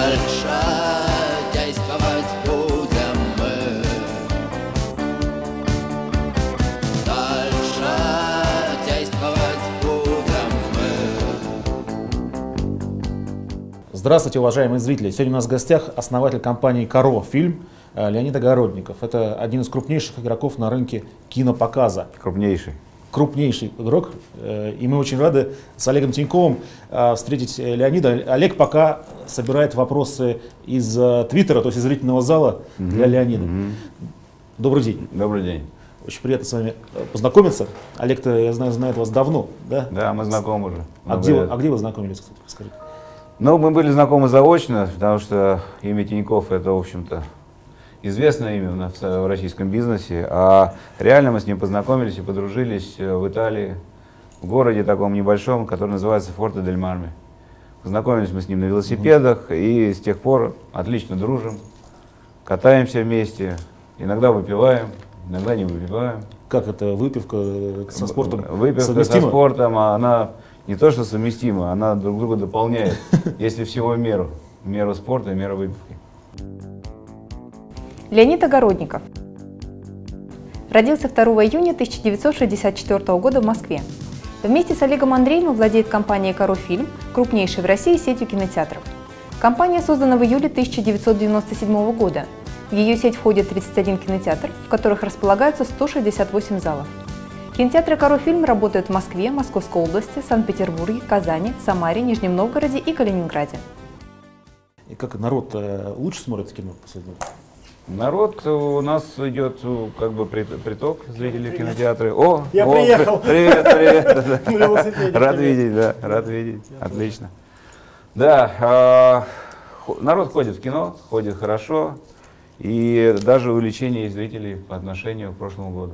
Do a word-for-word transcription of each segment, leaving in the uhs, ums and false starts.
Дальше действовать будем мы. Дальше действовать будем мы. Здравствуйте, уважаемые зрители! Сегодня у нас в гостях основатель компании «Каро Фильм» Леонид Огородников. Это один из крупнейших игроков на рынке кинопоказа. Крупнейший. Крупнейший игрок. И мы очень рады с Олегом Тиньковым встретить Леонида. Олег пока собирает вопросы из Твиттера, то есть из зрительного зала mm-hmm. для Леонида. Mm-hmm. Добрый день. Добрый день. Очень приятно с вами познакомиться. Олег-то, я знаю, знает вас давно, да? Да, мы знакомы уже. А, где, а где вы знакомились, кстати, скажите? Ну, мы были знакомы заочно, потому что имя Тиньков — это, в общем-то, известное имя в российском бизнесе, а реально мы с ним познакомились и подружились в Италии, в городе таком небольшом, который называется Форте-дель-Марме. Познакомились мы с ним на велосипедах и с тех пор отлично дружим, катаемся вместе, иногда выпиваем, иногда не выпиваем. Как это, выпивка со спортом Выпивка совместима? со спортом, она не то что совместима, она друг друга дополняет, если всего в меру, в меру спорта и в меру выпивки. Леонид Огородников родился второго июня тысяча девятьсот шестьдесят четвёртого года в Москве. Вместе с Олегом Андреевым владеет компанией «Каро Фильм», крупнейшей в России сетью кинотеатров. Компания создана в июле тысяча девятьсот девяносто седьмого года. В ее сеть входит тридцать один кинотеатр, в которых располагаются сто шестьдесят восемь залов. Кинотеатры «Каро Фильм» работают в Москве, Московской области, Санкт-Петербурге, Казани, Самаре, Нижнем Новгороде и Калининграде. И как народ лучше смотрит кино в последнее время? Народ у нас идет как бы приток зрителей в кинотеатры. О, я о, приехал. Привет, привет. Рад видеть, да, рад видеть. Отлично. Да, народ ходит в кино, ходит хорошо, и даже увеличение зрителей по отношению к прошлому году.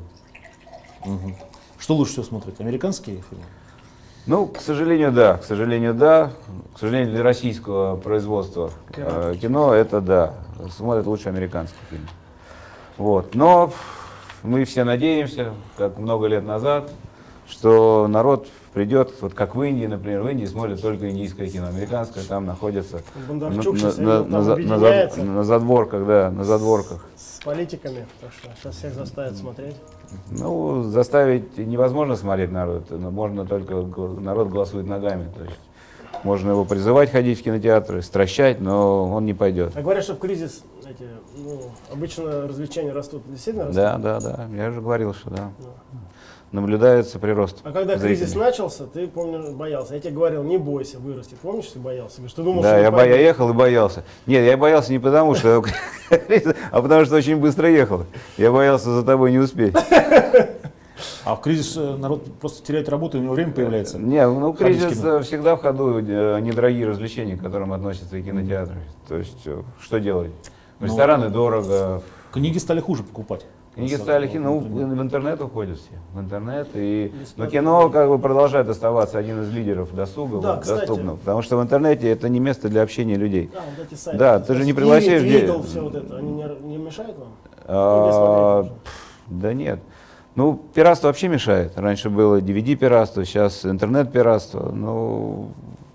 Что лучше всего смотрите? Американские фильмы? Ну, к сожалению, да. К сожалению, да. К сожалению, для российского производства э, кино это да. Смотрят лучше американский фильм. Вот. Но мы все надеемся, как много лет назад, что народ придет, вот как в Индии, например, в Индии смотрят только индийское кино. Американское там находится на, на, на, на, на, зад, на задворках, да, на задворках. С политиками, потому что сейчас всех заставят смотреть. Ну, заставить невозможно смотреть народ, но можно только, народ голосует ногами. То есть можно его призывать ходить в кинотеатры, стращать, но он не пойдет. А говорят, что в кризис эти, ну, обычно развлечения растут, действительно растут? Да, да, да, я же говорил, что да. да. Наблюдается прирост. А когда зрителей. Кризис начался, ты, помню, боялся. Я тебе говорил, не бойся, вырастет. Помнишь, ты боялся? Говоришь, ты думал, да, что я, бо... я ехал и боялся. Нет, я боялся не потому, что а потому что очень быстро ехал. Я боялся за тобой не успеть. А в кризис народ просто теряет работу, и у него время появляется? Не, ну кризис всегда в ходу недорогие развлечения, к которым относятся и кинотеатры. То есть, что делать? Рестораны дорого. Книги стали хуже покупать. Книги стали кино, ну, в интернет уходят все, в интернет, и, но кино как бы продолжает оставаться один из лидеров досуга, да, доступного, потому что в интернете это не место для общения людей. Да, вот эти сайты, да, ты же не приглашаешь... Твидл, все вот это, они не, не мешают вам? А, да нет. Ну, пиратство вообще мешает. Раньше было ди ви ди-пиратство, сейчас интернет-пиратство. Ну,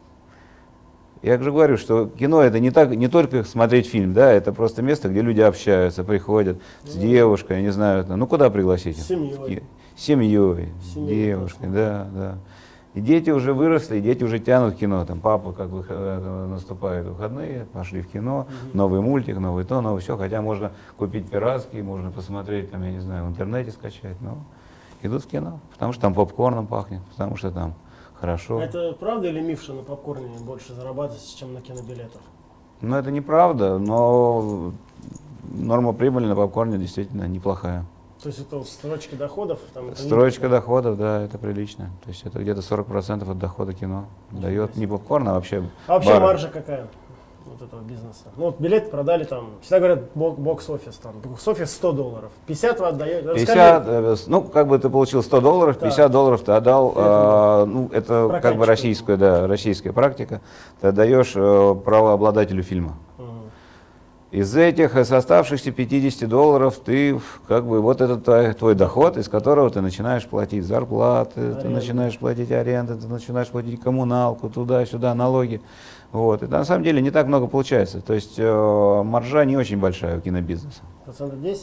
я же говорю, что кино это не, так, не только смотреть фильм, да, это просто место, где люди общаются, приходят с ну, девушкой, я не знаю, ну куда пригласить? С семьей. С семьей, с девушкой, да, да. И дети уже выросли, и дети уже тянут кино. Там папа, как бы наступают выходные, пошли в кино, угу. новый мультик, новый то, новый все. Хотя можно купить пиратский, можно посмотреть, там, я не знаю, в интернете скачать, но идут в кино, потому что там попкорном пахнет, потому что там хорошо. Это правда или миф, что на попкорне больше зарабатывать, чем на кинобилетах? Ну, это неправда, но норма прибыли на попкорне действительно неплохая. То есть это строчка доходов? Там, это строчка не... доходов, да, это прилично. То есть это где-то сорок процентов от дохода кино дает не попкорн, а вообще А вообще бар. маржа какая вот этого бизнеса? Ну, вот билет продали там, всегда говорят бокс-офис, там, бокс-офис сто долларов, пятьдесят вы отдаете? пятьдесят, ну, как бы ты получил сто долларов, пятьдесят долларов ты отдал, а, ну, это как бы российская, да, российская практика, ты отдаешь а, правообладателю фильма. Угу. Из этих, из оставшихся пятидесяти долларов, ты как бы вот это твой, твой доход, из которого ты начинаешь платить зарплаты, аренду. Ты начинаешь платить аренду, ты начинаешь платить коммуналку, туда-сюда, налоги. Вот. И на самом деле не так много получается. То есть э, маржа не очень большая у кинобизнеса. Процентов десять?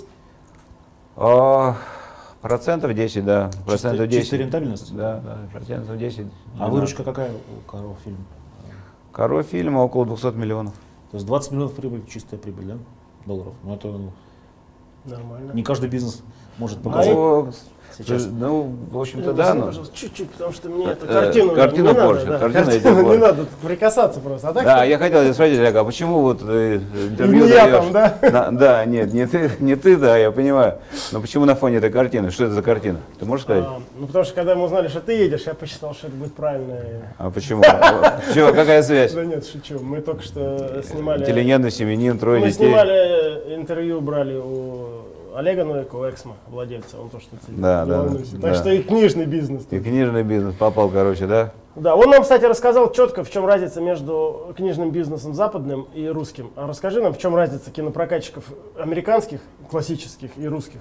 Э, процентов десять, да. Процентов десять. Чистая рентабельность? Да, да, процентов десять. А выручка какая у Каро фильма? Каро фильма около двухсот миллионов. То есть двадцать миллионов прибыль, чистая прибыль, да? Долларов. Ну, это Нормально. не каждый бизнес может показать. Ну, Сейчас. ну, в общем-то, Ну, да. ну, Но... пожалуйста, чуть-чуть, потому что мне эту Э, картину, картину не портит, надо, да. картина Картину идет не портит. надо прикасаться просто. А так Да, что- я хотел тебя спросить, Олег, а почему вот э, интервью Не я даешь? там, да? На- да, нет, не ты, не ты, да, я понимаю. Но почему на фоне этой картины? Что это за картина? Ты можешь сказать? А, ну, потому что когда мы узнали, что ты едешь, я посчитал, что это будет правильно. А почему? А, чего, какая связь? Да нет, шучу. Мы только что снимали... Интеллигентный семьянин, трое Мы детей. снимали интервью, брали у Олега Новикова, Эксмо, владельца, он то, что ты Да, не да, волнуйся. да. Так что и книжный бизнес. И книжный бизнес попал, короче, да? Да, он нам, кстати, рассказал четко, в чем разница между книжным бизнесом западным и русским. А расскажи нам, в чем разница кинопрокатчиков американских, классических и русских.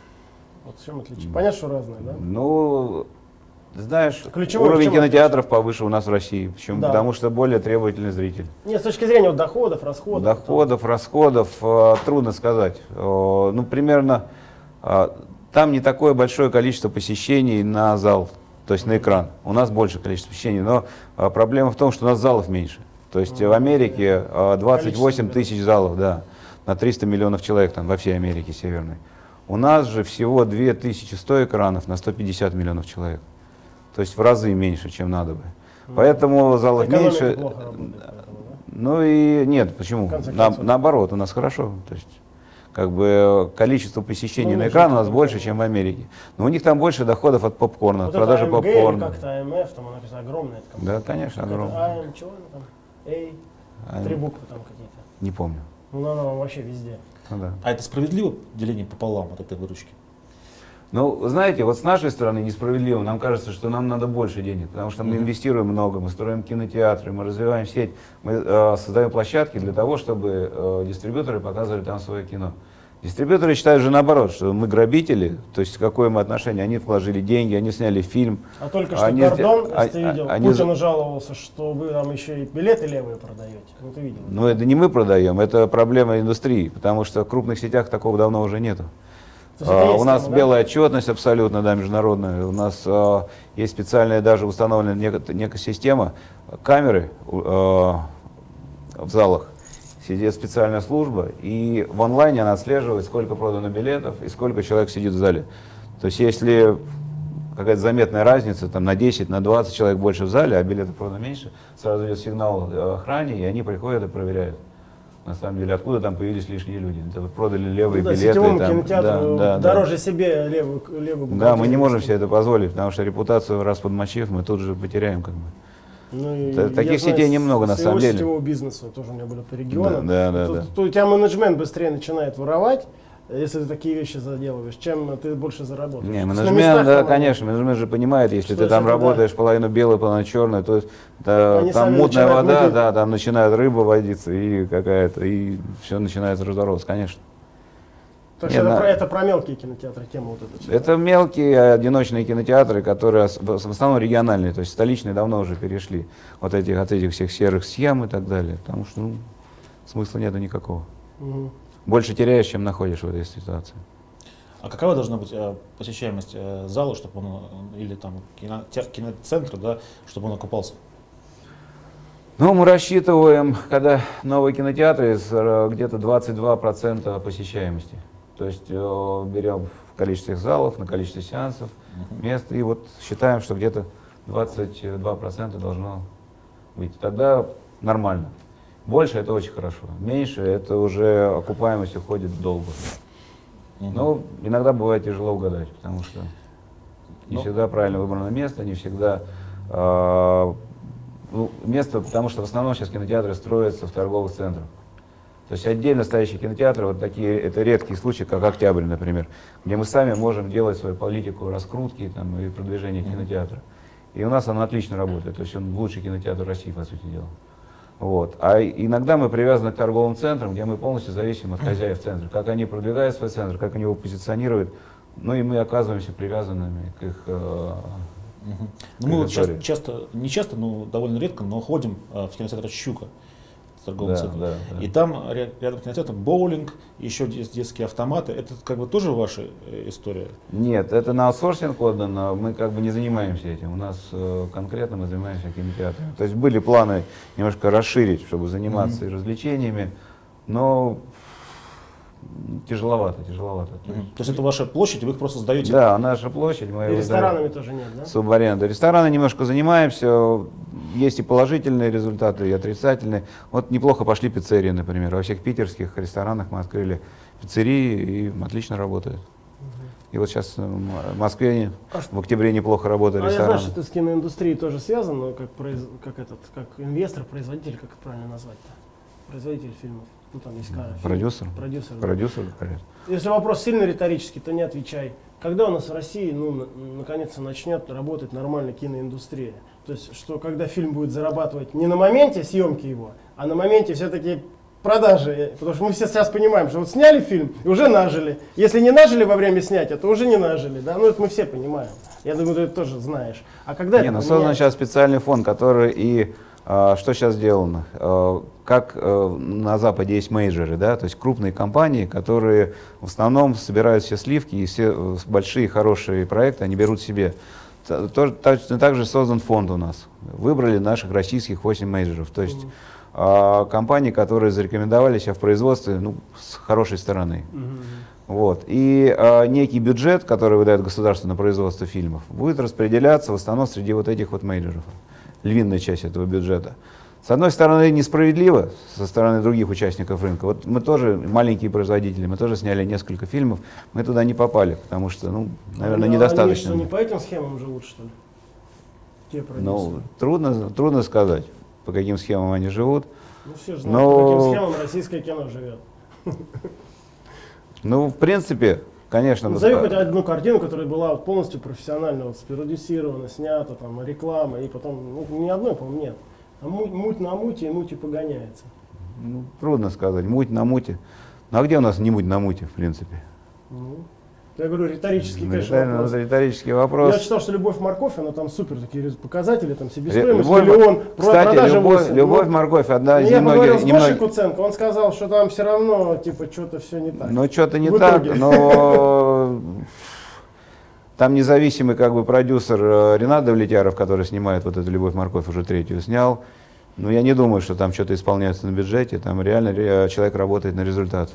Вот в чем отличие. Понятно, что разные, да? Ну, знаешь, Ключевой в уровень чем кинотеатров повыше у нас в России. Почему? Да. Потому что более требовательный зритель. Нет, с точки зрения вот, доходов, расходов. Доходов, расходов, э, трудно сказать. Э, ну, примерно, э, там не такое большое количество посещений на зал, то есть на экран. У нас больше количество посещений, но э, проблема в том, что у нас залов меньше. То есть в Америке э, двадцать восемь тысяч залов, да, на триста миллионов человек там во всей Америке Северной. У нас же всего две тысячи сто экранов на сто пятьдесят миллионов человек. То есть в разы меньше, чем надо бы. Поэтому залов Экономика меньше. плохо работает, поэтому, да? Ну и нет, почему? В конце На- концов. наоборот, у нас хорошо. То есть, как бы количество посещений Ну, на ну, экран у что нас ты больше, думаешь? чем в Америке. Но у них там больше доходов от попкорна, Вот от продажи это эй эм джи или попкорна. как-то эй эм эф, там она кажется, огромная. эта компания. Да, конечно, Как это, огромно. эй эм, чего она там? Эй, А, три буквы там какие-то. Не помню. Ну, она вообще везде. Ну, да. А это справедливо деление пополам от этой выручки? Ну, знаете, вот с нашей стороны несправедливо. Нам кажется, что нам надо больше денег, потому что мы инвестируем много, мы строим кинотеатры, мы развиваем сеть, мы э, создаем площадки для того, чтобы э, дистрибьюторы показывали там свое кино. Дистрибьюторы считают же наоборот, что мы грабители, то есть какое мы отношение, они вложили деньги, они сняли фильм. А только что Они Гордон, сде- а- если ты видел, а- они Путин за- жаловался, что вы там еще и билеты левые продаете. Ну, ты видел. Но это не мы продаем, это проблема индустрии, потому что в крупных сетях такого давно уже нету. То есть это А, есть у нас тема, да? белая отчетность абсолютно, да, международная. У нас а, есть специальная даже установленная некая, некая система, камеры а, в залах, сидит специальная служба, и в онлайне она отслеживает, сколько продано билетов и сколько человек сидит в зале. То есть если какая-то заметная разница, там на десять, на двадцать человек больше в зале, а билетов продано меньше, сразу идет сигнал охране, и они приходят и проверяют. На самом деле, откуда там появились лишние люди? Это вот продали левые Ну, да, билеты. сетевому там, кинотеатру да, да, да. дороже себе левую, левую Да, мы не бухгалтерию. можем себе это позволить, потому что репутацию раз подмочив, мы тут же потеряем как бы. Ну, и Т- таких я знаю, сетей с- немного, на своего самом деле. сетевого бизнеса тоже у меня были по регионам. Да, да, да, Тут, да. тут у тебя менеджмент быстрее начинает воровать, если ты такие вещи заделываешь, чем ты больше заработаешь. Не, То есть на менеджмент, местах да, там конечно, менеджмент же понимает, если Что ты там если ты, работаешь половину белой, половину черной, то есть да, Они там сами мутная начинают вода, мутить. да, там начинает рыба водиться и какая-то, и все начинается разворот, конечно. Так Не, что это, на- про, это про мелкие кинотеатры, тема вот эта. вся. Это мелкие одиночные кинотеатры, которые ос- в основном региональные, то есть столичные давно уже перешли от этих, от этих всех серых схем и так далее, потому что ну, смысла нету никакого. Мгм. Больше теряешь, чем находишь в этой ситуации. А какова должна быть э, посещаемость э, зала, чтобы он, э, или там кино- те- киноцентра, да, чтобы он окупался? Ну, мы рассчитываем, когда новые кинотеатры, с, э, где-то двадцать два процента посещаемости. То есть э, берем в количестве залов, на количестве сеансов, мест, и вот считаем, что где-то двадцать два процента должно быть. Тогда нормально. Больше это очень хорошо. Меньше это уже окупаемость уходит долго. Но иногда бывает тяжело угадать, потому что не Ну. всегда правильно выбрано место, не всегда э, ну, место, потому что в основном сейчас кинотеатры строятся в торговых центрах. То есть отдельно стоящие кинотеатры, вот такие, это редкие случаи, как Октябрь, например, где мы сами можем делать свою политику раскрутки там, и продвижения кинотеатра. И у нас он отлично работает, то есть он лучший кинотеатр России, по сути дела. Вот. А иногда мы привязаны к торговым центрам, где мы полностью зависим от хозяев центра. Как они продвигают свой центр, как они его позиционируют. Ну и мы оказываемся привязанными к их э, Угу. Ну, мы вот часто, часто, не часто, но довольно редко, но ходим э, в кинотеатр «Щука», торговым да, центром. да, да. И там рядом с кинотеатром боулинг, еще детские автоматы. Это как бы тоже ваша история? Нет, это на аутсорсинг отдано, мы как бы не занимаемся этим. У нас э, конкретно мы занимаемся кинотеатром. То есть были планы немножко расширить, чтобы заниматься mm-hmm. и развлечениями, но тяжеловато, тяжеловато. Mm-hmm. То есть это ваша площадь, вы их просто сдаете? Да, наша площадь. Мы и ресторанами тоже нет, да? Субаренда. Рестораны немножко занимаемся, есть и положительные результаты, и отрицательные. Вот неплохо пошли пиццерии, например. Во всех питерских ресторанах мы открыли пиццерии, и отлично работают. Mm-hmm. И вот сейчас в Москве а в октябре неплохо работали а рестораны. Я знаю, что ты с киноиндустрией тоже связан, но как, произ... как, этот, как инвестор, производитель, как это правильно назвать-то? Производитель фильмов. Ну, там есть продюсер. Продюсер. Продюсер, конечно. Если вопрос сильно риторический, то не отвечай. Когда у нас в России, ну, наконец-то начнет работать нормально киноиндустрия? То есть, что когда фильм будет зарабатывать не на моменте съемки его, а на моменте все-таки продажи. Потому что мы все сейчас понимаем, что вот сняли фильм и уже нажили. Если не нажили во время снятия, то уже не нажили. Да? Ну, это мы все понимаем. Я думаю, ты это тоже знаешь. А когда не, это создан сейчас специальный фонд, который и а, что сейчас сделано? А, как а, на Западе есть мейджоры, да, то есть крупные компании, которые в основном собирают все сливки и все большие хорошие проекты они берут себе. Точно так же создан фонд у нас. Выбрали наших российских восемь мейджоров. То есть mm-hmm. компании, которые зарекомендовали себя в производстве, ну, с хорошей стороны. Mm-hmm. Вот. И а, некий бюджет, который выдает государство на производство фильмов, будет распределяться в основном среди вот этих вот мейджоров. Львиная часть этого бюджета. С одной стороны, несправедливо, со стороны других участников рынка. Вот мы тоже маленькие производители, мы тоже сняли несколько фильмов, мы туда не попали, потому что, ну, наверное, а недостаточно. Они что, не по этим схемам живут, что ли? Те продюсеры? Ну, трудно, трудно сказать, по каким схемам они живут. Ну, все же знают, но... по каким схемам российское кино живет. Ну, в принципе, конечно. Назови хоть одну картину, которая была полностью профессионально вот, спродюсирована, снята, там, реклама, и потом, ну, ни одной, по-моему, нет. А муть, муть на муте, и муть и погоняется. Ну, трудно сказать, муть на муте. Ну, а где у нас не муть на муте, в принципе? Ну, я говорю, риторический, конечно, Риторический вопрос. Риторический вопрос. Я читал, что «Любовь, морковь», она там супер такие показатели, там себестоимость, любовь, миллион, кстати, продажа любовь, восемь. любовь ну, морковь, одна из я немногих... поговорил с Гошей немногих... Куценко, он сказал, что там все равно, типа, что-то все не так. Ну, что-то не В так, итоге. но... Там независимый как бы продюсер Ренат Давлетьяров, который снимает вот эту «Любовь, морковь», уже третью снял. Но я не думаю, что там что-то исполняется на бюджете, там реально человек работает на результат.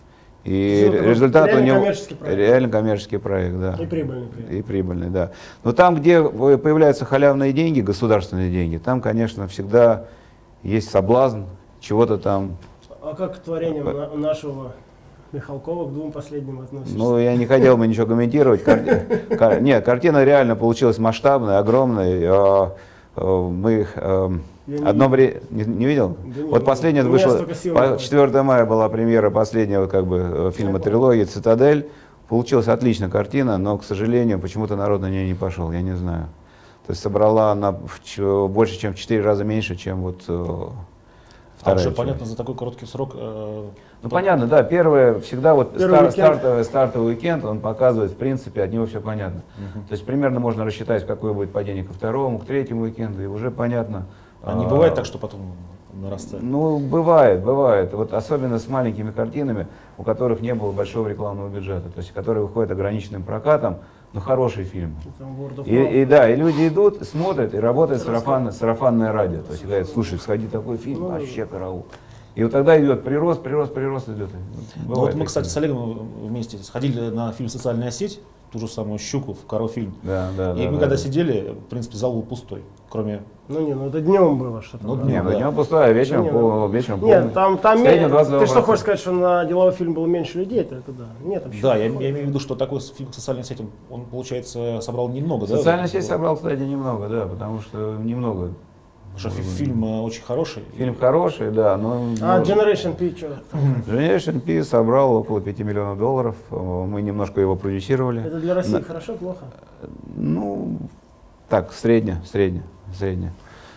И Все, результат у него коммерческий реально коммерческий проект, да. И прибыльный. И прибыльный, да. Но там, где появляются халявные деньги, государственные деньги, там, конечно, всегда есть соблазн чего-то там. А как к творениям на, нашего Михалкова, к двум последним относишься? Ну, я не хотел бы ничего комментировать. Кар... Кар... Нет, картина реально получилась масштабная, огромная. Мы одно время не, не видел. Да нет, вот последняя вышла. четвёртого мая была премьера последнего как бы фильма трилогии «Цитадель». Получилась отличная картина, но, к сожалению, почему-то народ на нее не пошел. Я не знаю. То есть собрала она больше, чем в четыре раза меньше, чем вот вторая. А уже понятно за такой короткий срок. Э, ну понятно, да. Первое всегда вот стар, стартовый, стартовый уикенд, он показывает, в принципе, от него все понятно. Uh-huh. То есть примерно можно рассчитать, какое будет падение ко второму, к третьему уикенду, и уже понятно. А не бывает так, что потом нарастает? Ну, бывает, бывает. Вот особенно с маленькими картинами, у которых не было большого рекламного бюджета, то есть которые выходят ограниченным прокатом, но хороший фильм. И, и да, и люди идут, смотрят, и работает сарафан, сарафанное радио. То есть говорят, слушай, сходи такой фильм, ну, вообще караул. И вот тогда идет прирост, прирост, прирост идет. Ну, вот мы, кстати, с Олегом вместе сходили на фильм «Социальная сеть», ту же самую «Щуку» в Каро-фильм. Да, да, и да, мы да, когда да. сидели, в принципе, зал был пустой, кроме... Ну не, ну это днем было что-то. Ну, да. Нет, да. днем пустое, а вечером, да, по, вечером Нет, полный. там, там Средний меньше, ты что процентов. хочешь сказать, что на деловой фильм было меньше людей, это, это да. Нет, там Да, я, я имею в виду, что такой фильм «Социальная сеть», он, он, получается, собрал немного, да? Социальная сеть собрал, кстати, немного, да, потому что немного. Что фильм э, очень хороший. Фильм хороший, да, но... А, но... Generation P что? Generation P собрал около пяти миллионов долларов, мы немножко его продюсировали. Это для России На... хорошо, плохо? Ну, так, средне, средне, средне.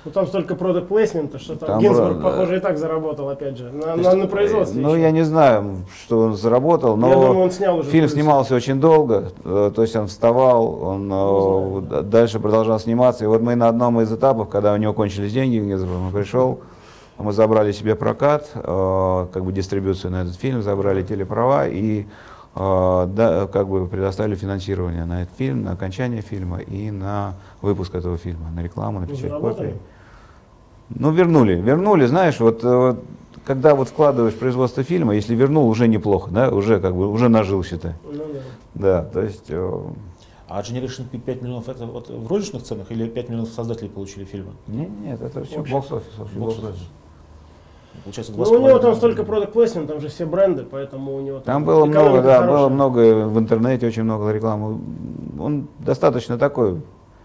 Ну там столько продакт плейсмента, что там, Там Гинзбург, про- похоже, и так заработал, опять же, на, на, на производстве. Ну, еще. я не знаю, что он заработал, но Я думаю, он снял уже фильм полностью. снимался очень долго, э, то есть он вставал, он э, знаю, д- дальше продолжал сниматься. И вот мы на одном из этапов, когда у него кончились деньги, он пришел, мы забрали себе прокат, э, как бы дистрибьюцию на этот фильм, забрали телеправа и э, да, как бы предоставили финансирование на этот фильм, на окончание фильма и на выпуск этого фильма, на рекламу, на Вы печать заработали? копии. Ну, вернули, вернули, знаешь, вот, э, когда вот вкладываешь в производство фильма, если вернул, уже неплохо, да, уже как бы, уже нажил, считай. Ну да. Да, то есть, э, А Generation пять миллионов это вот в розничных ценах или пять миллионов создатели получили фильма? нет, нет, это все Общий. бокс-офис. общий Бокс-офис. бокс-офис. Получается, Ну, два с у него половиной там миллиона. столько продакт плейсмент, там же все бренды, поэтому у него Там было экономика много, да, хорошая. было много в интернете, очень много рекламы. Он достаточно такой,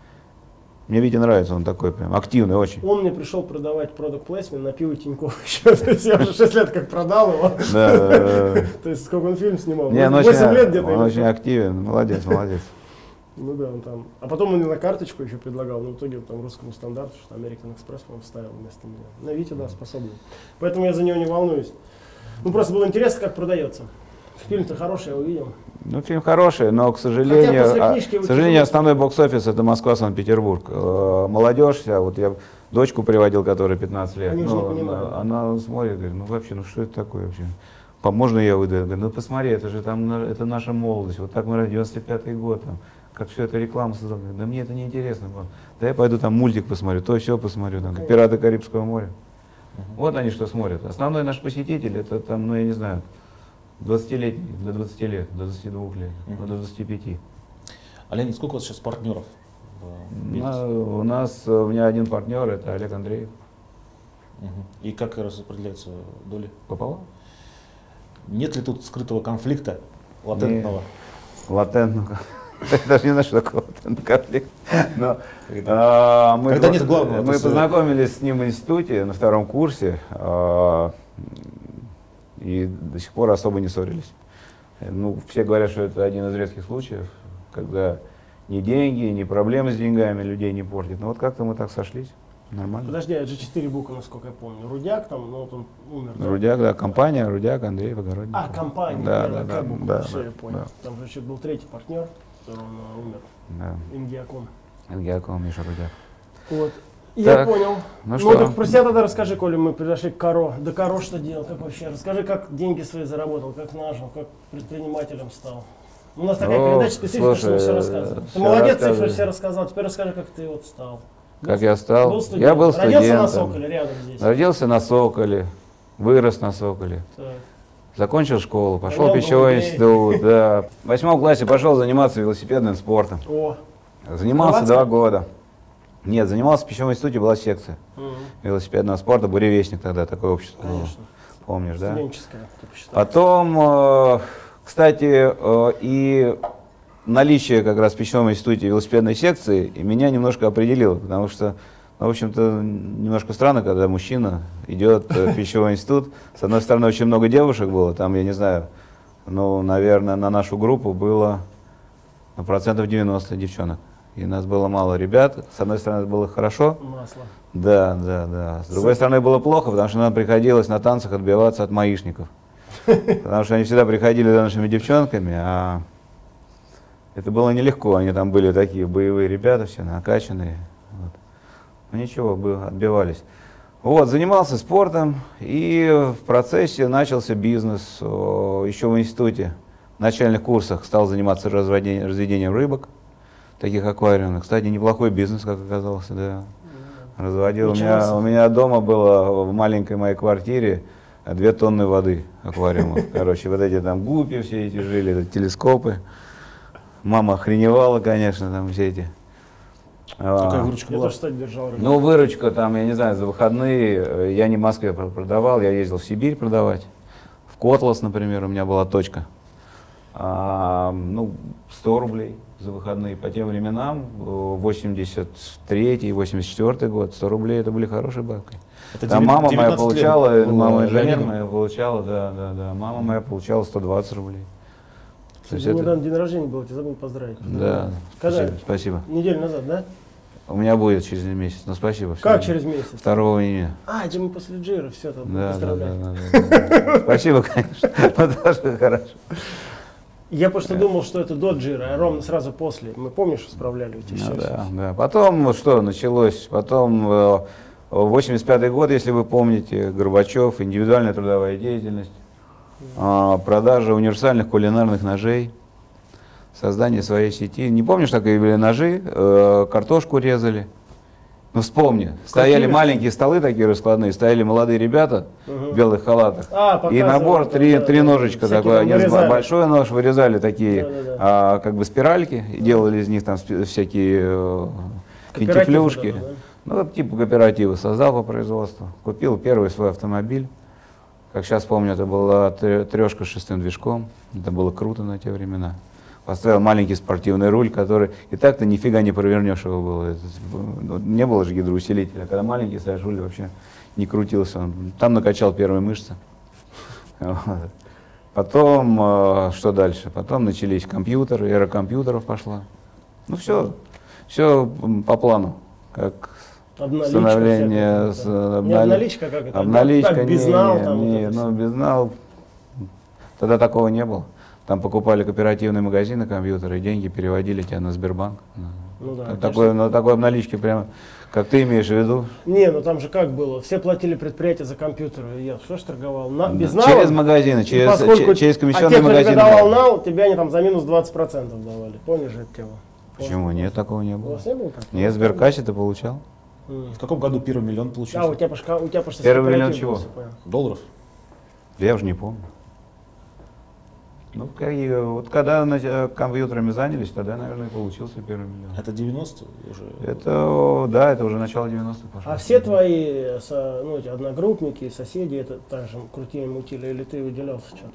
мне Витя нравится, он такой прям активный очень. Он мне пришел продавать продакт плейсмент на пиво Тинькофф еще. То есть я уже шесть лет как продал его. Да, да, да, да. То есть сколько он фильм снимал? Не, он восемь лет очень, где-то. он или очень что? активен, молодец, молодец. Ну да, он там. А потом он мне на карточку еще предлагал, но в итоге он там русскому стандарту, что American Express, по-моему, вставил вместо меня. На Витя, да, способный. Поэтому я за него не волнуюсь. Ну просто было интересно, как продается. Фильм-то хороший, я увидел. Ну, фильм хороший, но, к сожалению, после а, книжки к вы сожалению, тяжело- основной бокс-офис это Москва, Санкт-Петербург. Э, Молодежь вся, вот я дочку приводил, которой пятнадцать лет. Они же ну, не понимают. она, она смотрит, говорит, ну вообще, ну что это такое вообще? По- Можно я выйду? Я говорю, ну посмотри, это же там, на- это наша молодость, вот так мы девяносто пятый год, там, как все это рекламу создал. Говорю, да мне это не интересно. Да я пойду там мультик посмотрю, то все посмотрю, там, «Пираты Карибского моря». Вот они что смотрят. Основной наш посетитель, это там, ну я не знаю, двадцатилетний, до двадцати лет, до двадцати двух лет, ну, до двадцати пяти. А Леонид, сколько у вас сейчас партнеров? в бизнесе? Ну, у нас, э, у меня один партнер, это Олег Андреев. Мгм. И как распределяются доли? Пополам. Нет ли тут скрытого конфликта латентного? Латентного. Я даже не знаю, что такое латентный конфликт. Но, а, мы Когда просто- нет главного, Мы это познакомились с ним в институте на втором курсе а, и до сих пор особо не ссорились. Ну, все говорят, что это один из редких случаев, когда ни деньги, ни проблемы с деньгами людей не портят. Но вот как-то мы так сошлись. Нормально. Подожди, это же четыре буквы, насколько я помню. Рудяк там, ну вот он умер. да? Рудяк, да, компания, Рудяк, Андрей Огородник. А, компания, Да, первая да, да, К буква, да, все, да, я понял. да. Там же еще был третий партнер, который он э, умер, Да. Индиакон. Индиакон, Миша Рудяк. Вот. Я Так, понял. ну Ну, что? так про себя тогда расскажи, Коля, мы пришли к Каро. Да Каро что делал, как вообще? Расскажи, как деньги свои заработал, как нажил, как предпринимателем стал. У нас такая Ну, передача специфика, что мы все слушай, рассказываем. Ты всё молодец, рассказываю. цифры все рассказал. Теперь расскажи, как ты вот стал. Как я стал? Был студент? Я был Родился на студентом. Соколе, рядом здесь. Родился на Соколе, вырос на Соколе, Так. закончил школу, пошел в Гонял пищевой голубей. институт. Да. В восьмом классе пошел заниматься велосипедным спортом. О, Занимался Хорватская? два года. Нет, занимался в пищевом институте, была секция м, велосипедного спорта, «Буревестник» тогда, такое общество было. конечно. Помнишь, да? Студенческая, ты посчитай. Потом, э, кстати, э, и наличие как раз в пищевом институте велосипедной секции и меня немножко определило, потому что, ну, в общем-то, немножко странно, когда мужчина идет э, в пищевой институт. С одной стороны, очень много девушек было, там, я не знаю, ну, наверное, на нашу группу было ну, процентов девяносто девчонок. И нас было мало ребят. С одной стороны, это было хорошо. Масло. Да, да, да. С другой стороны, было плохо, потому что нам приходилось на танцах отбиваться от маишников. Потому что они всегда приходили за нашими девчонками, а это было нелегко. Они там были такие боевые ребята, все накачанные. Вот. Ну ничего, бы отбивались. Вот, занимался спортом, и в процессе начался бизнес. О, еще в институте, в начальных курсах стал заниматься разводением, разведением рыбок, таких аквариумных. Кстати, неплохой бизнес, как оказалось, да. Разводил. У меня, Начался. у меня дома было в маленькой моей квартире две тонны воды аквариума. Короче, вот эти там гуппи все эти жили, это телескопы. Мама охреневала, конечно, там все эти. Какая А, выручка Я была? тоже, кстати, держал рыбу. ну, выручка там, я не знаю, за выходные, э, я не в Москве пр- продавал, я ездил в Сибирь продавать. В Котлас, например, у меня была точка. А, ну, сто рублей за выходные. По тем временам, э, восемьдесят третий, восемьдесят четвёртый год, сто рублей это были хорошие бабки. Это Там девя- мама моя девятнадцать лет получала, было мама инженер Леониду. моя получала, да, да, да. Мама моя получала сто двадцать рублей. То есть Кстати, это- недавно день рождения был, я забыл поздравить. Да, Когда? спасибо, спасибо. Неделю назад, да? У меня будет через месяц, ну спасибо. Как все. через месяц? второго июня. А, это мы после Джира, все, там Да, да, да, поздравляю. да, да, да. Спасибо, конечно. Тоже хорошо. Я просто думал, что это до Джира, а ровно сразу после. Мы, помнишь, справляли эти все. Ну, да, да. Потом что началось? Потом э, восемьдесят пятый год, если вы помните, Горбачев, индивидуальная трудовая деятельность, э, продажа универсальных кулинарных ножей, создание своей сети. Не помнишь, такие были ножи, э, картошку резали. Ну вспомни, стояли Какими? маленькие столы такие раскладные, стояли молодые ребята Угу. в белых халатах. А, И показывали, набор, три, да, три да, ножичка всякие такой, там один вырезали. большой нож, вырезали такие, Да, да, да. а, как бы спиральки, и делали из них там спи- всякие э, Кооператив финтифлюшки. вот это, да? Ну, вот типа кооператива, создал по производству, купил первый свой автомобиль. Как сейчас помню, это была тре- трешка с шестым движком, это было круто на те времена. Поставил маленький спортивный руль, который и так-то нифига не провернешь его было. Это, ну, не было же гидроусилителя. Когда маленький ставишь руль, вообще не крутился. Он там накачал первые мышцы. Вот. Потом, э, что дальше? Потом начались компьютеры, эра компьютеров пошла. Ну все, все по плану. Как Обналичка становление, всякая, с, да. Не обнали- обналичка, как это? обналичка, Так, не, безнал не, там вот не, это ну, всё. безнал. Тогда такого не было. Там покупали кооперативные магазины компьютеры, деньги переводили тебя на Сбербанк. Ну да, На конечно. такой, на такой обналичке прямо, как ты имеешь в виду. Не, ну там же как было, все платили предприятия за компьютеры, и я что ж торговал? На, Да. без нала? Через магазины, И через, поскольку- че- через а комиссионные те, кто тебе магазины. давал нал, тебя они там за минус двадцать процентов давали, помнишь же эту тему? Почему? Нет, такого не У было. вас не было так? Нет, в Сберкассе ты получал. М. В каком году первый миллион А, у получился? тебя, пошка- у тебя просто Первый миллион кооператив чего? был, всё понял. Долларов? Я уже не помню. Ну, какие- вот когда на- э, компьютерами занялись, тогда, наверное, и получился первый миллион. Это девяностые уже? Это, да, это уже начало девяностых пошло. А все твои со- ну, эти одногруппники, соседи, это так же крутили, мутили, или ты выделялся что-то?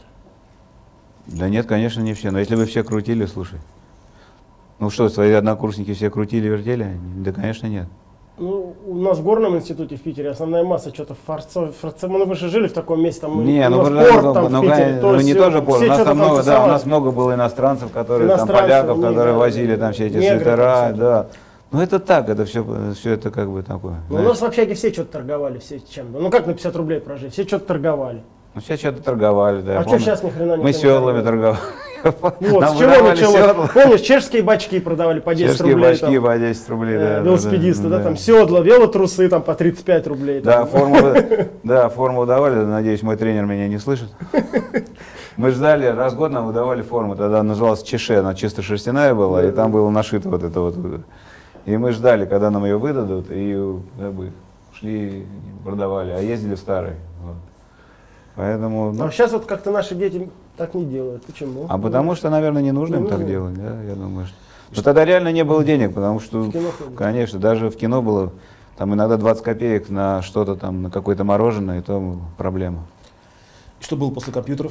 Да нет, конечно, не все. Но если вы все крутили, слушай. Ну что, свои однокурсники все крутили, вертели? Да, конечно, нет. Ну, у нас в горном институте в Питере основная масса что-то форцов, форцов, мы же жили в таком месте, там Не, у ну, нас просто, порт ну, там ну, в Питере, конечно, то ну, есть не все- тоже порт. все У нас что-то там много, да, у тусовали. нас много было иностранцев, которые там Иностранцев, поляков, ну, которые да, возили да, там все эти негры свитера, там все. да. Ну это так, это все, все это как бы такое. Ну, у знаешь. нас в общаге все что-то торговали, все чем-то. Ну как на пятьдесят рублей прожить? Все что-то торговали. Ну все что-то торговали, да. я А что помню. сейчас ни хрена никто Мы не седлами торгует? торговали. Вот, Нам с чего выдавали началось? седла. Помнишь, чешские бачки продавали по десять Чешские рублей. бачки там, по десять рублей, э, да, да. велосипедисты, да, да. там седла, велотрусы там по тридцать пять рублей. Да, там. форму, да, форму выдавали, надеюсь, мой тренер меня не слышит. Мы ждали, раз в год нам выдавали форму, тогда называлась чеше, она чисто шерстяная была, и там было нашито вот это вот. И мы ждали, когда нам ее выдадут, и как бы шли, продавали, а ездили в старой. Вот. Поэтому, ну, А сейчас вот как-то наши дети так не делают. Почему? а потому что, наверное, не нужно Не им так нужно. делать, да, я думаю, что. Но тогда реально не было денег, потому что, В кино ходят. конечно, даже в кино было, там иногда двадцать копеек на что-то там, на какое-то мороженое, и то проблема. И что было после компьютеров?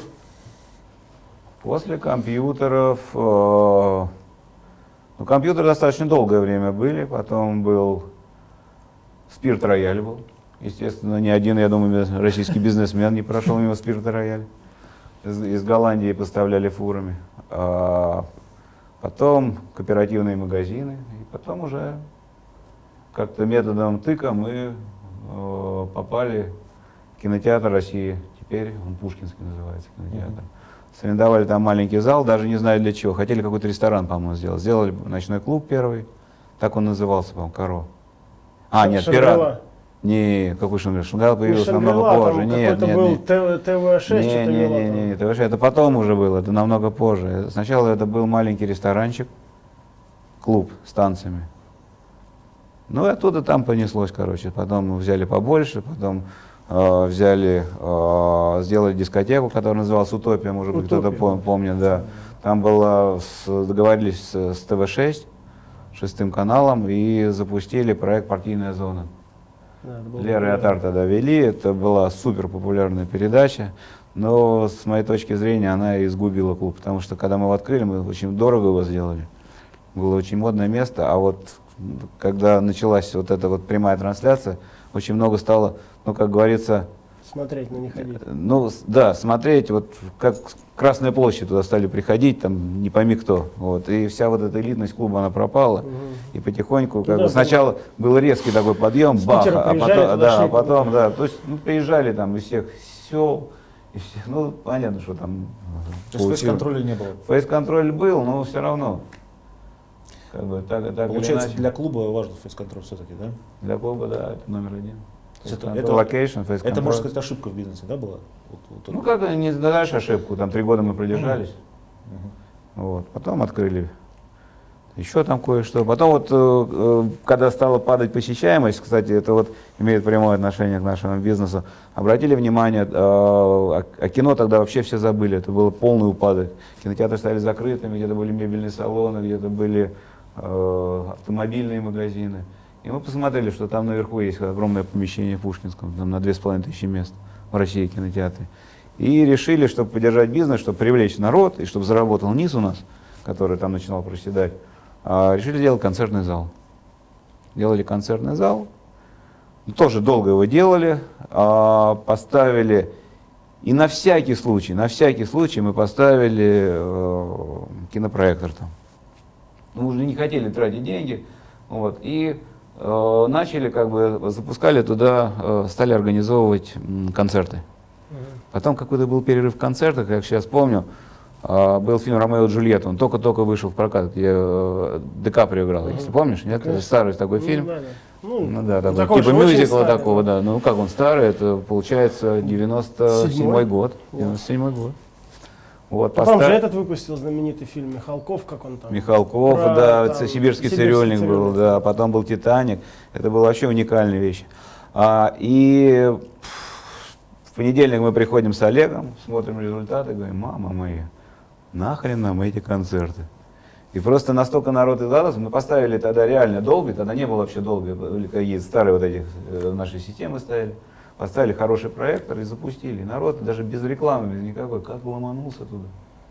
После компьютеров, э, ну, компьютеры достаточно долгое время были, потом был Спирт Рояль был. Естественно, ни один, я думаю, российский бизнесмен не прошел мимо Спирта Рояль. Из, из Голландии поставляли фурами. А потом кооперативные магазины, и потом уже как-то методом тыка мы э, попали в кинотеатр России. Теперь он Пушкинский называется кинотеатр. Сорендовали там маленький зал, даже не знаю для чего. Хотели какой-то ресторан, по-моему, сделать. Сделали ночной клуб первый. Так он назывался, по-моему, Коро. А, нет, Шангрила. Пират. Не, какой Шангрила? Шангрила Не появился Шангрила, намного там позже. Нет, какой-то нет, был нет. Т- ТВ шесть, Не, что-то не, было не, там. не, это вообще, это потом уже было, это намного позже. Сначала это был маленький ресторанчик, клуб с танцами. Ну и оттуда там понеслось, короче. Потом мы взяли побольше, потом э, взяли, э, сделали дискотеку, которая называлась «Утопия», может быть, кто-то «Утопия», пом- помнит, да. Там было, с- договорились с, с ТВ шесть, шестым каналом, и запустили проект «Партийная зона». Да, это было Лера и популярно. Атар тогда вели, это была супер популярная передача, но с моей точки зрения она и сгубила клуб, потому что когда мы его открыли, мы очень дорого его сделали, было очень модное место, а вот когда началась вот эта вот прямая трансляция, очень много стало, ну как говорится, Смотреть, но не ходить. Ну, с- да, смотреть, вот как Красная площадь, туда стали приходить, там не пойми кто. Вот, и вся вот эта элитность клуба, она пропала. И потихоньку, как Туда бы, сначала был резкий такой подъем, С бах, Питера а приезжали, потом, туда да, шли а потом, куда-то. да, то есть, ну, приезжали там из всех сел, из всех, ну, понятно, что там То есть фейс-контроля не было. Фейс-контроль был, но все равно. Как бы, так, так или Получается, иначе. для клуба важен фейс-контроль все-таки, да? Для клуба, да, это номер один. То есть это- Face-control, это- location, face-control. Это, можно сказать, ошибка в бизнесе, да, была? Вот- вот Ну это. как, не знаешь ошибку, там три года мы продержались. Вот, потом открыли еще там кое-что. Потом вот, э, э, когда стала падать посещаемость, кстати, это вот имеет прямое отношение к нашему бизнесу, обратили внимание, э, о, о кино тогда вообще все забыли, это был полный упадок. Кинотеатры стали закрытыми, где-то были мебельные салоны, где-то были э, автомобильные магазины. И мы посмотрели, что там наверху есть огромное помещение в Пушкинском, там на две с половиной тысячи мест в России кинотеатре. И решили, чтобы поддержать бизнес, чтобы привлечь народ и чтобы заработал низ у нас, который там начинал проседать, а, решили сделать концертный зал. Делали концертный зал, тоже долго его делали, а, поставили, и на всякий случай, на всякий случай мы поставили э, кинопроектор там. Мы уже не хотели тратить деньги, вот, и э, начали, как бы, запускали туда, э, стали организовывать м, концерты. Потом какой-то был перерыв в концертах, как сейчас помню, э, был фильм «Ромео и Джульетта», он только-только вышел в прокат, где э, Ди Каприо играл, если помнишь, нет? Это старый такой Ну, фильм. да, да. Ну, Ну да, такой, такой типа же очень мюзикла старый, такого, да. Ну как он старый, это получается девяносто седьмой год. Вот. девяносто седьмой год. Вот, Потом же поставь- этот выпустил знаменитый фильм Михалков, как он там. Михалков, Про, да, там, «Сибирский «Сибирский цирюльник» был, цирюльник». да, потом был «Титаник». Это была вообще уникальная вещь. А, и в понедельник мы приходим с Олегом, смотрим результаты, говорим: мама моя, нахрен нам эти концерты? И просто настолько народ изгадался, мы поставили тогда реально Dolby, тогда не было вообще Dolby, были какие-то старые вот эти э, наши системы ставили. Поставили хороший проектор и запустили. И народ даже без рекламы, без никакой, как ломанулся туда.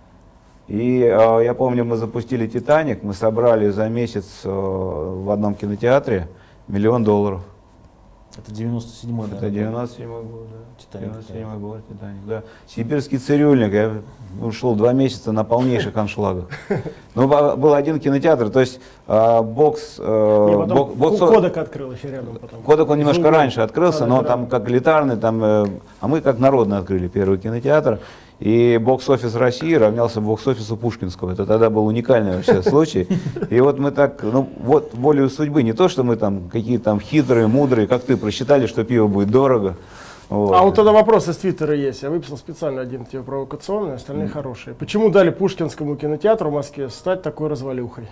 И э, я помню, мы запустили «Титаник», мы собрали за месяц э, в одном кинотеатре миллион долларов. Это девяносто седьмой, да? Это девяносто седьмой год, да. «Титаник», девяносто седьмой год, «Титаник», да. «Сибирский цирюльник», я ушел два месяца на полнейших аншлагах. Ну, ба- был один кинотеатр, то есть э, бокс... э, Не, потом бок- бокс- Ку- Кодек открыл еще рядом потом. Кодек он немножко Зубы. раньше открылся, Да, но да, там да. как элитарный, там, э, а мы как народный открыли первый кинотеатр. И бокс-офис России равнялся бокс-офису Пушкинского. Это тогда был уникальный вообще случай. И вот мы так, ну вот волею судьбы, не то, что мы там какие-то там хитрые, мудрые, как ты, просчитали, что пиво будет дорого. Вот. А вот тогда вопрос из Твиттера есть. Я выписал специально один тебе провокационный, остальные хорошие. Почему дали Пушкинскому кинотеатру в Москве стать такой развалюхой?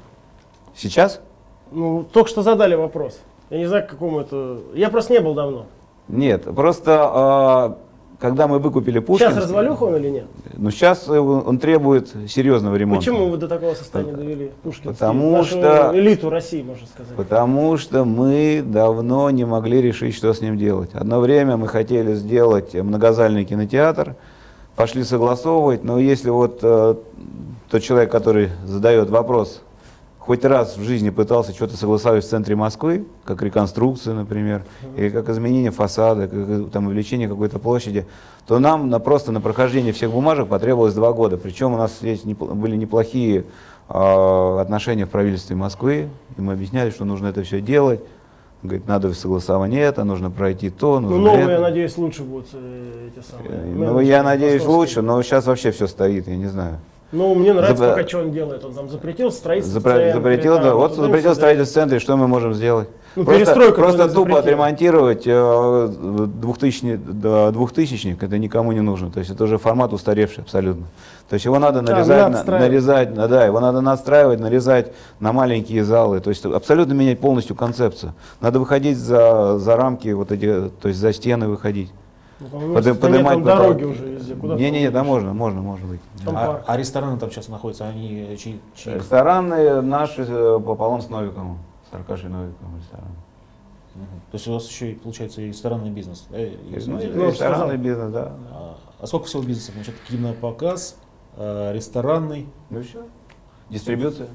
Сейчас? Ну, только что задали вопрос. Я не знаю, к какому это... Я просто не был давно. Нет, просто э, когда мы выкупили Пушкинский... Сейчас развалюха он или нет? Ну сейчас э, он требует серьезного ремонта. Почему вы до такого состояния довели Пушкинский? Потому Нашу что- элиту России, можно сказать. Потому что мы давно не могли решить, что с ним делать. Одно время мы хотели сделать многозальный кинотеатр, пошли согласовывать, но если вот э, тот человек, который задает вопрос, хоть раз в жизни пытался что-то согласовать в центре Москвы, как реконструкция, например, или как изменение фасада, как там, увеличение какой-то площади, то нам на, просто на прохождение всех бумажек потребовалось два года. Причем у нас здесь непл- были неплохие э, отношения в правительстве Москвы, и мы объясняли, что нужно это все делать. Он говорит, надо согласование это, нужно пройти то, нужно Ну, новые, это. я надеюсь, лучше будут э, эти самые. Э, Ну, менеджеры я надеюсь, московские. лучше, но сейчас вообще все стоит, я не знаю. Ну, мне нравится, Запра- пока что он делает. Он там запретил строительство. в Запра- центре, запретил, там, да, вот туда-сюда. запретил строительство в центре, что мы можем сделать? Ну, просто перестройку просто вроде тупо запретили. отремонтировать э, двухтысячный, да, двухтысячник, это никому не нужно. То есть это уже формат устаревший абсолютно. То есть его надо Да, нарезать, на- надстраивать. нарезать, да, да, его надо надстраивать, нарезать на маленькие залы. То есть абсолютно менять полностью концепцию. Надо выходить за, за рамки, вот эти, то есть за стены выходить. Ну, там, Подым- там нет, там подымать дороги потолок. уже везде. Куда ты Не-не-не, там уйдешь? можно, можно, можно быть. Там А, парк. а рестораны там сейчас находятся, они чьи? чьи? Рестораны наши э, пополам с Новиковым, с Аркашей Новиковым ресторан. Мгм. То есть у вас еще и получается и ресторанный бизнес. да, и- Ну, и- ну, ресторанный сказал. бизнес, да. А, а сколько всего бизнесов? Значит, кинопоказ, э, ресторанный, Ну все. Дистрибьюция.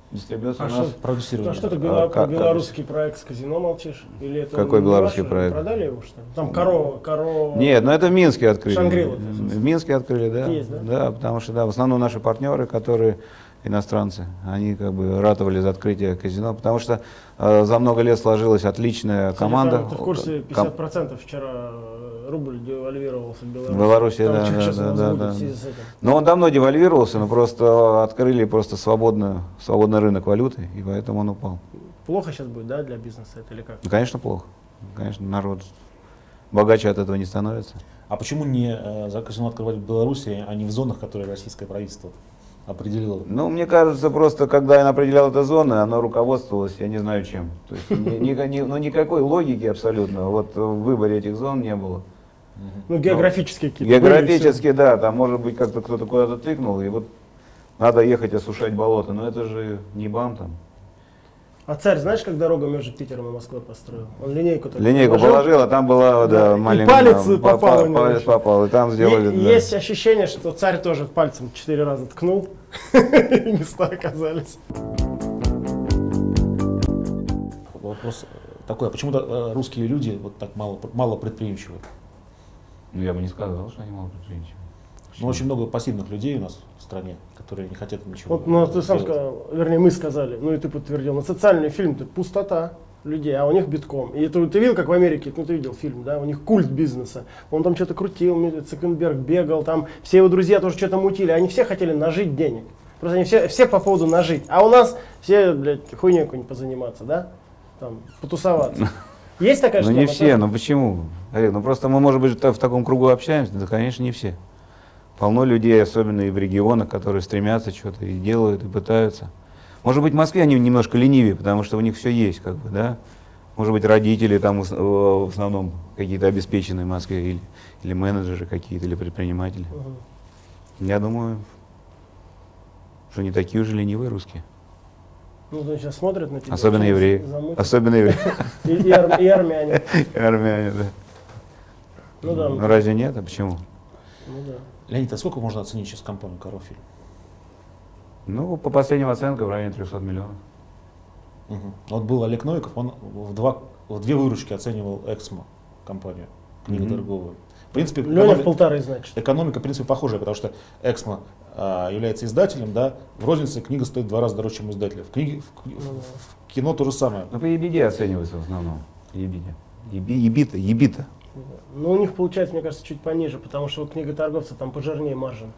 Дистрибьюция А у что, нас... Продюсирование. а что ты А бело- как- про как? белорусский проект с казино молчишь? Или это Какой не белорусский ваш? проект? Продали его, что ли? Там коро, коро... Нет, ну это в Минске открыли. Шангрила, В Минске открыли, да. Есть, да? Да, потому что, да, в основном наши партнеры, которые иностранцы, они как бы ратовали за открытие казино, потому что э, за много лет сложилась отличная Кстати, команда. там, ты в курсе, Ком- пятьдесят процентов вчера рубль девальвировался в Беларуси. В Беларуси, Там да, что да, сейчас да, у нас да, будет да. в связи с этим? Но он давно девальвировался, но просто открыли просто свободную, свободный рынок валюты, и поэтому он упал. Плохо сейчас будет, да, для бизнеса это или как? Ну, конечно, плохо. Конечно, народ богаче от этого не становится. А почему не э, за казино открывать в Беларуси, а не в зонах, которые российское правительство определило? Ну, мне кажется, просто когда я определял эту зону, оно руководствовалось, я не знаю чем. То есть ни- ни- ни- ну, никакой логики абсолютно вот в выборе этих зон не было. Ну, географические какие-то. были, Географически, да, там может быть как-то кто-то куда-то тыкнул, и вот надо ехать осушать болото, но это же не БАМ там. всё. А царь, знаешь, как дорогу между Питером и Москвой построил? Он линейку так Линейку положил. положил, а там была, Да, да, и маленькая. палец там, попал попал, у него палец еще. попал, и там сделали, И- да. Есть ощущение, что царь тоже пальцем четыре раза ткнул, и места оказались. Вопрос такой, а почему э, русские люди вот так мало, мало предприимчивы? Ну, я бы не сказал, что они мало предприимчивы. Ну, очень много пассивных людей у нас в стране, которые не хотят ничего. Вот, ну, ты сам делать. сказал, вернее, мы сказали, ну и ты подтвердил, на социальный фильм ты пустота людей, а у них битком. И это, ты видел, как в Америке, ну ты видел фильм, да, у них культ бизнеса. Он там что-то крутил, Цукерберг бегал, там все его друзья тоже что-то мутили, они все хотели нажить денег. Просто они все, все по поводу нажить. А у нас все, блядь, хуйней какой-нибудь позаниматься, да? Там, потусоваться. Есть такая Ну штука? не все, ну почему? Олег, ну просто мы, может быть, в таком кругу общаемся, да, конечно, не все. Полно людей, особенно и в регионах, которые стремятся что-то и делают, и пытаются. Может быть, в Москве они немножко ленивее, потому что у них все есть, как бы, да? Может быть, родители там в основном какие-то обеспеченные в Москве, или, или менеджеры какие-то, или предприниматели. Угу. Я думаю, что не такие уже ленивые русские. Ну, то сейчас смотрят на тебя. Особенно евреи. замутят. Особенно евреи. И, и ар- и армяне. Армяне, да. Ну да. Ну разве нет? А почему? Ну да. Леонид, а сколько можно оценить сейчас компанию «Корофильм»? Ну, по последним оценкам, в районе трехсот миллионов. Угу. Вот был Олег Новиков, он в, два, в две выручки оценивал «Эксмо» компанию, книга Мгм. торговая. В принципе, Леня в экономи- полторы, значит. экономика, в принципе, похожая, потому что «Эксмо» а, является издателем, да, в рознице книга стоит в два раза дороже, чем у издателя. В, книге, в, кни- в кино то же самое. Ну, по ебиде оценивается в основном. Ебиде. Еби, ебита, ебита. Ну, у них получается, мне кажется, чуть пониже, потому что у книга торговца там пожирнее маржин.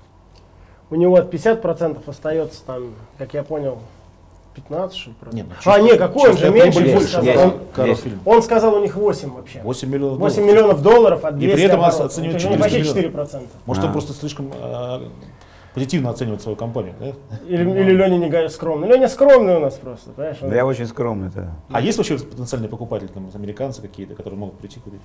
У него пятьдесят процентов остается там, как я понял, пятнадцать что ли, процентов. Нет, ну, а, чисто- не, какой он же чистая меньше прибыль он больше, сказал. есть. Он, «Корофильм». он сказал, у них восемь вообще. восемь миллионов восемь долларов. миллионов долларов от И двухсот при этом оборотов. оценивает Это же не почти четыреста четыре миллионов. процента. Может, он А. просто слишком а, позитивно оценивает свою компанию, да? Или, или Леня не говорит скромный. Леня скромный у нас просто, понимаешь? Он- Да я очень скромный, да. А есть вообще потенциальные покупатели, там, американцы какие-то, которые могут прийти купить?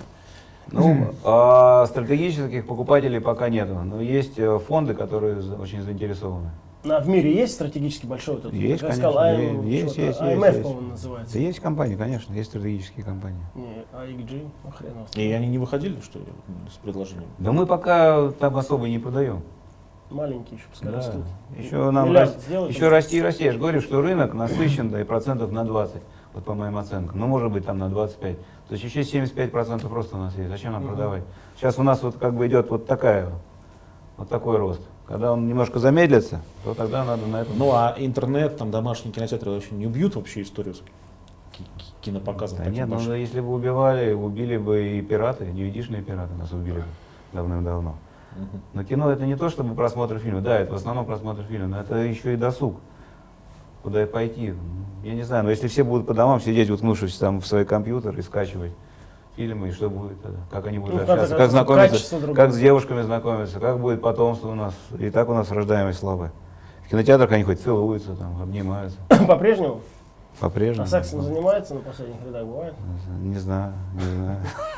Ну, а стратегических покупателей пока нету. Но есть э, фонды, которые за- очень заинтересованы. На, в мире есть стратегически большой вот этот? Есть, я конечно, сказал, есть, АМ, есть, чего-то, есть, АМФ, есть, по-моему, Да называется. есть компании, конечно, есть стратегические компании. Не, АИКджи, ну хрен его знает. И они не выходили, что ли, с предложением? Да мы пока там особо не продаем. Маленькие еще пускай Да. растут. Еще нам Миллиард рас- сделать, еще там. расти и расти. Я же говорю, что рынок насыщен, да, и процентов на двадцать, вот по моим оценкам. Ну, может быть, там на двадцать пять. То есть еще семьдесят пять процентов роста у нас есть. Зачем нам Мгм. продавать? Сейчас у нас вот как бы идет вот такая, вот такой рост. Когда он немножко замедлится, то тогда надо на этом. Ну а интернет, там домашние кинотеатры вообще не убьют вообще историю с ки- ки- кинопоказом? Да таким нет, ну большим? да, если бы убивали, убили бы и пираты, ди ви ди-шные пираты нас убили бы давным-давно. Мгм. Но кино это не то, чтобы просмотр фильма, да, это в основном просмотр фильма, но это еще и досуг. Куда и пойти? Я не знаю, но если все будут по домам сидеть, уткнувшись там в свой компьютер и скачивать фильмы, и что будет тогда? Как они будут Ну, в конце общаться, как концов, знакомиться, качество другое. как с девушками знакомиться, как будет потомство у нас. И так у нас рождаемость слабая. В кинотеатрах они хоть целуются, там, обнимаются. По-прежнему? По-прежнему. А сексом занимается на последних рядах, бывает? Не знаю, не знаю.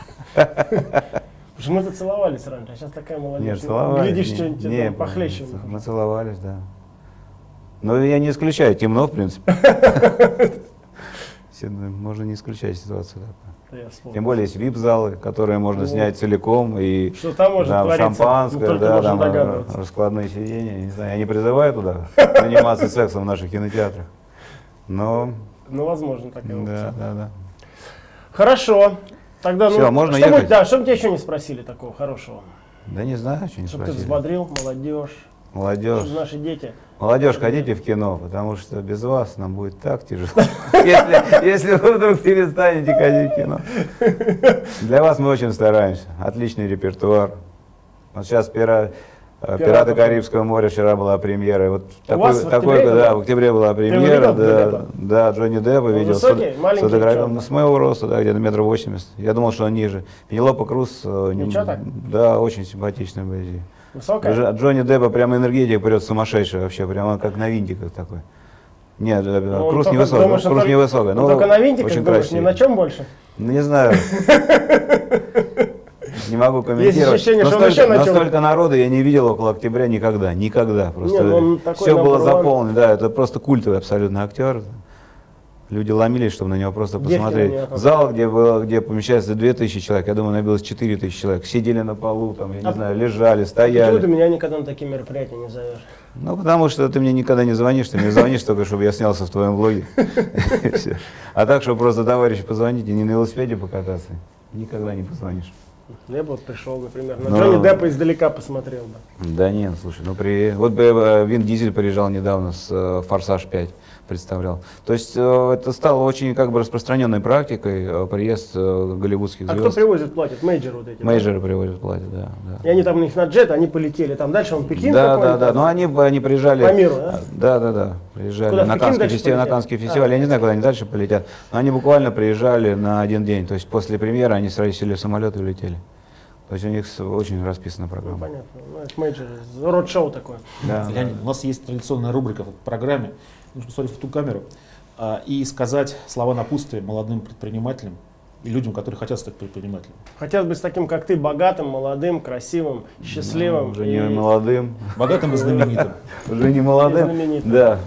Потому что мы-то целовались раньше, а сейчас такая молодежь. Нет, целовались. Глядишь, не- что-нибудь не, там похлеще. Мы целовались, да. Но я не исключаю, темно, в принципе. Все, ну, можно не исключать ситуацию такую. Я вспомнил. Тем более есть вип-залы, которые можно Вот. снять целиком, и Что там может там твориться, мы шампанское, только да, можем там догадываться. раскладные сиденья. Не знаю, я не призываю туда заниматься сексом в наших кинотеатрах. Но, Ну, возможно, такая опция. да, да, да. Хорошо. Тогда, Всё, ну, можно что, мы, ехать? да, что мы тебя еще не спросили такого хорошего? Да не знаю, что не Чтобы ты спросили. взбодрил молодежь, Молодежь. чтобы наши дети. Молодежь, ходите в кино, потому что без вас нам будет так тяжело, если, если вы вдруг перестанете ходить в кино. Для вас мы очень стараемся. Отличный репертуар. Вот сейчас пира, «Пираты Карибского моря» вчера была премьера. Вот такой, вас в такой, октябре да, была? в октябре была его премьера. видел, Да, Деппа? да, Джонни Деппа видел. высокий? С- Маленький, с фотографией. черный? С моего роста, да, где-то метр восемьдесят. Я думал, что он ниже. Пенелопа Круз. э, не- Ничего так? Да, очень симпатичная вблизи. Высокая? Дж- Джонни Деппа прям энергетик прет сумасшедший вообще, прям он как на винтиках такой. Нет, э, Ну, он Круз только- невысокий, думаешь, он Круз только- невысокий, он но только на винтиках очень думаешь, красивый. ни на чем больше? Ну, не знаю. Не могу комментировать. ощущение, что он Настолько, еще на чем. настолько народа я не видел около октября никогда, никогда. Просто Не, ну он такой все было number one. заполнено, да, это просто культовый абсолютно актер. Люди ломились, чтобы на него просто Девки посмотреть. на него Зал, где было, где помещается две тысячи человек, я думаю, набилось четыре тысячи человек. Сидели на полу, там, я не А знаю, лежали, Почему ты стояли. меня никогда на такие мероприятия не зовешь? Ну, потому что ты мне никогда не звонишь, ты мне звонишь только, чтобы я снялся в твоем влоге. И всё. А так, чтобы просто товарищу позвонить и не на велосипеде покататься, никогда не позвонишь. Я бы вот пришел, например, на Ну. Джонни Деппа издалека посмотрел бы. Да нет, слушай, ну при... Вот э, Вин Дизель приезжал недавно с э, «Форсаж пять», представлял. То есть э, это стало очень как бы распространенной практикой, э, приезд э, голливудских А кто звезд. привозит, платит? Мейджоры вот эти? да? Мейджеры привозят, платят, да. да. И они там у них на джет, они полетели. Там дальше он Пекин Да, да, какой-то, да, но они, они приезжали... По миру, да? Да, да, да, приезжали Куда, в на Пекин Каннский, дальше фестиваль, на полетят? Каннский фестиваль, А. я не знаю, куда они дальше полетят, но они буквально приезжали на один день, то есть после премьеры они сразу сели в самолет и улетели. То есть у них с- очень расписана Ну, программа. понятно. Ну, это мейджор, род-шоу такое. Да, Леонид, у нас есть традиционная рубрика в программе. Нужно посмотреть в ту камеру а, и сказать слова напутствия молодым предпринимателям и людям, которые хотят стать предпринимателями. Хотелось бы с таким, как ты, богатым, молодым, красивым, счастливым. уже и- не молодым. Богатым и знаменитым. Уже не молодым. знаменитым. Да.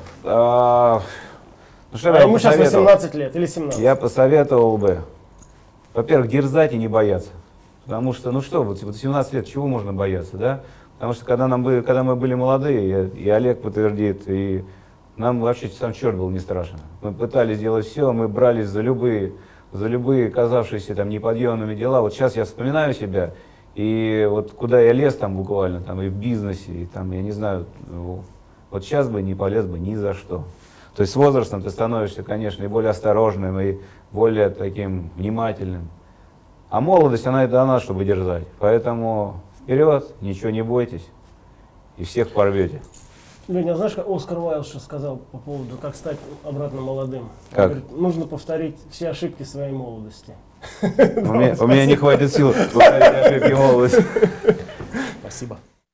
А, ну, что А я ему сейчас посоветовал? восемнадцать лет или семнадцать. Я посоветовал бы, во-первых, дерзать и не бояться. Потому что, ну что, вот, вот семнадцать лет, чего можно бояться, да? Потому что когда, нам были, когда мы были молодые, и, и Олег подтвердит, и нам вообще сам черт был не страшен. Мы пытались сделать все, мы брались за любые, за любые казавшиеся там неподъемными дела. Вот сейчас я вспоминаю себя, и вот куда я лез там буквально, там и в бизнесе, и там, я не знаю, ну, вот сейчас бы не полез бы ни за что. То есть с возрастом ты становишься, конечно, и более осторожным, и более таким внимательным. А молодость, она и дана, чтобы дерзать. Поэтому вперед, ничего не бойтесь, и всех порвете. Леня, а знаешь, как Оскар Уайлд что сказал по поводу, как стать обратно молодым? Он Как? говорит, нужно повторить все ошибки своей молодости. У меня, у меня не хватит сил повторить ошибки молодости. Спасибо.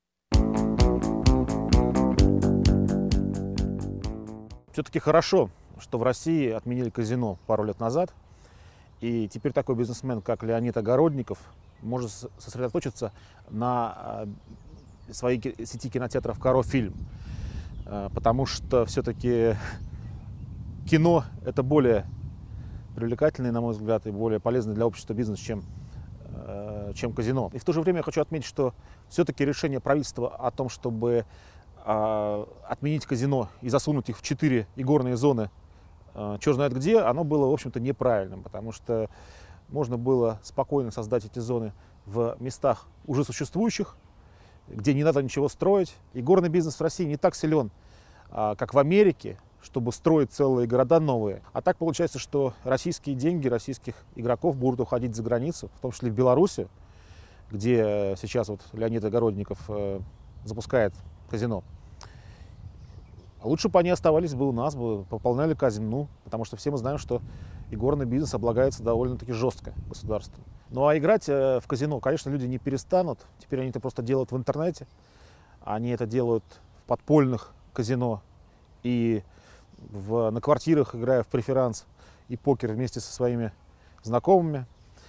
Все-таки хорошо, что в России отменили казино пару лет назад. И теперь такой бизнесмен, как Леонид Огородников, может с- сосредоточиться на э, своей ки- сети кинотеатров «Каро Фильм». Э, Потому что все-таки кино – это более привлекательный, на мой взгляд, и более полезный для общества бизнес, чем, э, чем казино. И в то же время я хочу отметить, что все-таки решение правительства о том, чтобы э, отменить казино и засунуть их в четыре игорные зоны, э, черт знает где, оно было, в общем-то, неправильным, потому что можно было спокойно создать эти зоны в местах уже существующих, где не надо ничего строить. Игорный бизнес в России не так силен, а, как в Америке, чтобы строить целые города новые. А так получается, что российские деньги российских игроков будут уходить за границу, в том числе в Белоруссию, где сейчас вот Леонид Огородников э, запускает казино. А лучше бы они оставались бы у нас, бы пополняли казино, потому что все мы знаем, что игорный бизнес облагается довольно-таки жестко государством. Ну а играть э, в казино, конечно, люди не перестанут. Теперь они это просто делают в интернете. Они это делают в подпольных казино и в, на квартирах, играя в преферанс и покер вместе со своими знакомыми.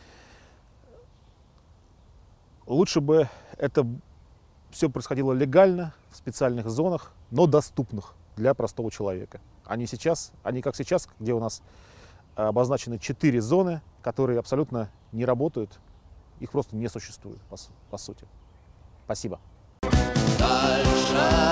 Лучше бы это все происходило легально, в специальных зонах, но доступных для простого человека. Они сейчас, они как сейчас, где у нас обозначены четыре зоны, которые абсолютно не работают, их просто не существует, по, по сути. Спасибо. Дальше